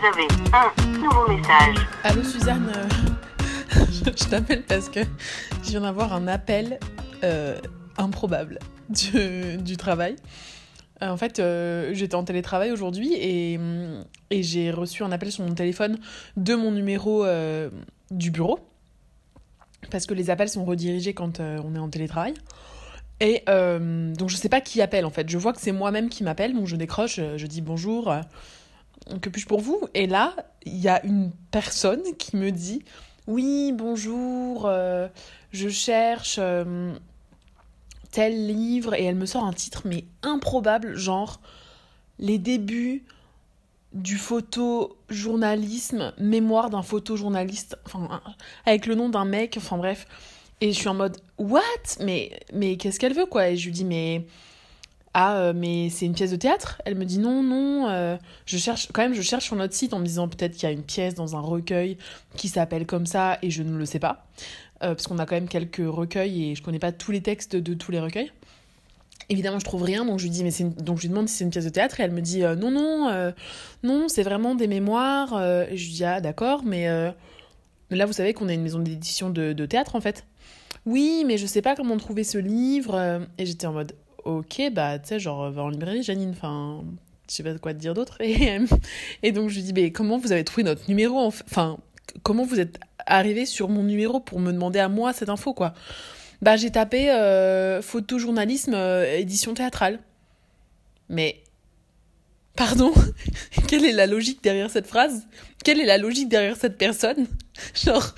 avez un nouveau message. Allô Suzanne, je t'appelle parce que je viens d'avoir un appel improbable du travail. En fait, j'étais en télétravail aujourd'hui et j'ai reçu un appel sur mon téléphone de mon numéro du bureau. Parce que les appels sont redirigés quand on est en télétravail. Et donc je sais pas qui appelle en fait. Je vois que c'est moi-même qui m'appelle, donc je décroche, je dis bonjour, que puis-je pour vous ? Et là, il y a une personne qui me dit oui, bonjour, je cherche tel livre, et elle me sort un titre mais improbable, genre les débuts du photojournalisme, mémoire d'un photojournaliste, enfin avec le nom d'un mec, enfin bref. Et je suis en mode what ? Mais qu'est-ce qu'elle veut quoi ? Et je lui dis mais c'est une pièce de théâtre ? Elle me dit non, je cherche sur notre site en me disant peut-être qu'il y a une pièce dans un recueil qui s'appelle comme ça et je ne le sais pas. Parce qu'on a quand même quelques recueils et je connais pas tous les textes de tous les recueils. Évidemment, je trouve rien, donc je lui dis donc je lui demande si c'est une pièce de théâtre et elle me dit non, c'est vraiment des mémoires. Et je lui dis ah d'accord, mais là vous savez qu'on est une maison d'édition de théâtre en fait. Oui, mais je sais pas comment trouver ce livre. Et j'étais en mode ok, bah tu sais genre va en librairie Janine, enfin je sais pas quoi te dire d'autre. Et donc je lui dis mais comment vous avez trouvé notre numéro enfin comment vous êtes arrivé sur mon numéro pour me demander à moi cette info quoi. Bah j'ai tapé photojournalisme édition théâtrale. Mais pardon, quelle est la logique derrière cette phrase ? Quelle est la logique derrière cette personne ? Genre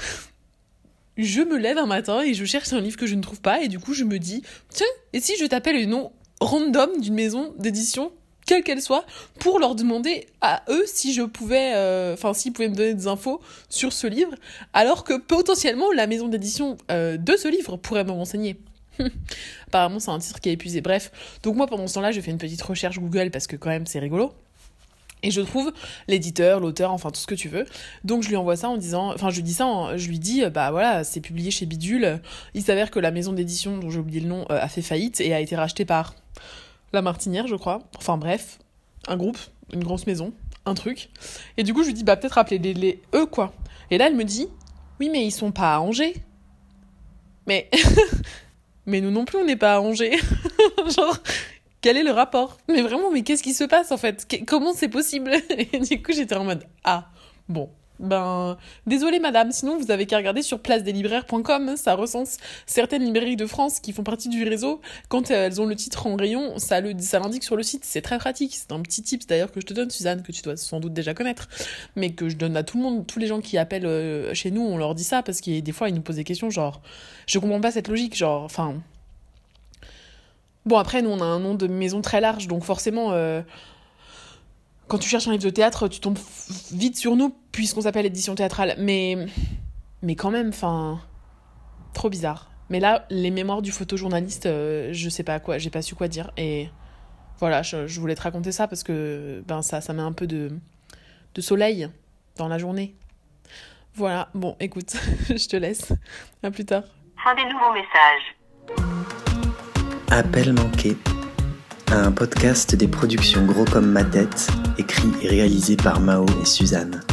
je me lève un matin et je cherche un livre que je ne trouve pas et du coup je me dis tiens, et si je t'appelle le nom random d'une maison d'édition quelle qu'elle soit, pour leur demander à eux si je pouvais, s'ils pouvaient me donner des infos sur ce livre, alors que potentiellement la maison d'édition de ce livre pourrait me renseigner. Apparemment, c'est un titre qui est épuisé. Bref, donc moi pendant ce temps-là, je fais une petite recherche Google parce que quand même c'est rigolo. Et je trouve l'éditeur, l'auteur, enfin tout ce que tu veux. Donc je lui envoie ça en disant, je lui dis, bah voilà, c'est publié chez Bidule. Il s'avère que la maison d'édition, dont j'ai oublié le nom, a fait faillite et a été rachetée par La Martinière, je crois. Enfin bref, un groupe, une grosse maison, un truc. Et du coup, je lui dis, bah peut-être appeler eux, quoi. Et là, elle me dit, oui, mais ils sont pas à Angers. Mais, mais nous non plus, on n'est pas à Angers. Genre, quel est le rapport ? Mais vraiment, mais qu'est-ce qui se passe, en fait ? Comment c'est possible ? Et du coup, j'étais en mode, ah, bon. Ben, désolée madame, sinon vous avez qu'à regarder sur placedeslibraires.com, ça recense certaines librairies de France qui font partie du réseau. Quand elles ont le titre en rayon, ça l'indique sur le site, c'est très pratique. C'est un petit tips d'ailleurs que je te donne, Suzanne, que tu dois sans doute déjà connaître, mais que je donne à tout le monde, tous les gens qui appellent chez nous, on leur dit ça, parce que des fois ils nous posent des questions genre, je comprends pas cette logique, genre, enfin... Bon après, nous on a un nom de maison très large, donc forcément... Quand tu cherches un livre de théâtre, tu tombes vite sur nous, puisqu'on s'appelle édition théâtrale. Mais quand même, enfin... Trop bizarre. Mais là, les mémoires du photojournaliste, je sais pas quoi, j'ai pas su quoi dire. Et voilà, je voulais te raconter ça parce que ça met un peu de soleil dans la journée. Voilà, bon, écoute, je te laisse. À plus tard. Fin des nouveaux messages. Appel manqué. Un podcast des productions Gros comme ma tête, écrit et réalisé par Mao et Suzanne.